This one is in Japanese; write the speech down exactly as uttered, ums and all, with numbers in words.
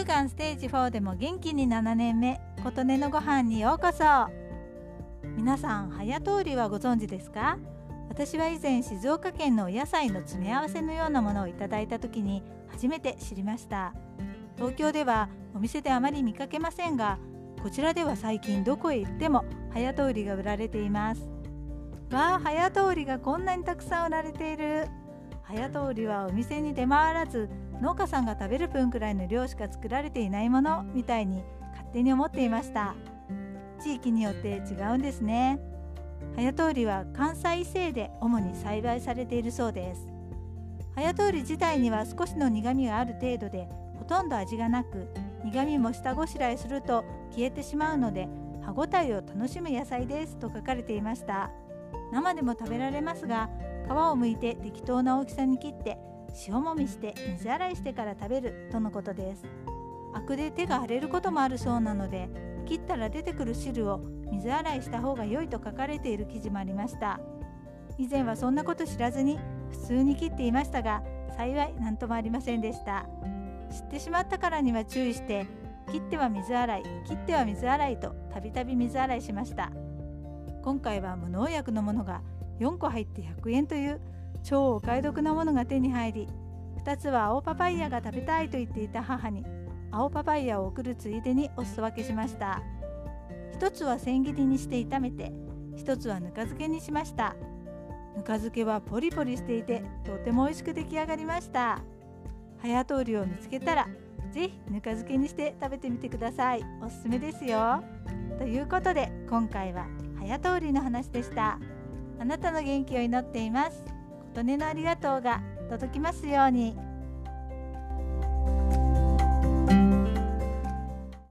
間ステージフォーでも元気にななねんめ、琴音のご飯にようこそ。皆さん、早通りはご存知ですか？私は以前静岡県のお野菜の詰め合わせのようなものをいただいた時に初めて知りました。東京ではお店であまり見かけませんが、こちらでは最近どこへ行っても早通りが売られています。わあ、早通りがこんなにたくさん売られている。早通りはお店に出回らず、農家さんが食べる分くらいの量しか作られていないものみたいに勝手に思っていました。地域によって違うんですね。早通りは関西製で主に栽培されているそうです。早通り自体には少しの苦みがある程度で、ほとんど味がなく、苦みも下ごしらえすると消えてしまうので、歯ごたえを楽しむ野菜ですと書かれていました。生でも食べられますが、皮を剥いて適当な大きさに切って塩もみして水洗いしてから食べるとのことです。アクで手が腫れることもあるそうなので、切ったら出てくる汁を水洗いした方が良いと書かれている記事もありました。以前はそんなこと知らずに普通に切っていましたが、幸い何ともありませんでした。知ってしまったからには注意して、切っては水洗い、切っては水洗いとたびたび水洗いしました。今回は無農薬のものがよんこ入ってひゃくえんという超お買い得なものが手に入り、ふたつは青パパイヤが食べたいと言っていた母に青パパイヤを送るついでにお裾分けしました。ひとつは千切りにして炒めて、ひとつはぬか漬けにしました。ぬか漬けはポリポリしていてとても美味しく出来上がりました。早通りを見つけたらぜひぬか漬けにして食べてみてください。おすすめですよ。ということで今回は早通りの話でした。あなたの元気を祈っています。琴音のありがとうが届きますように。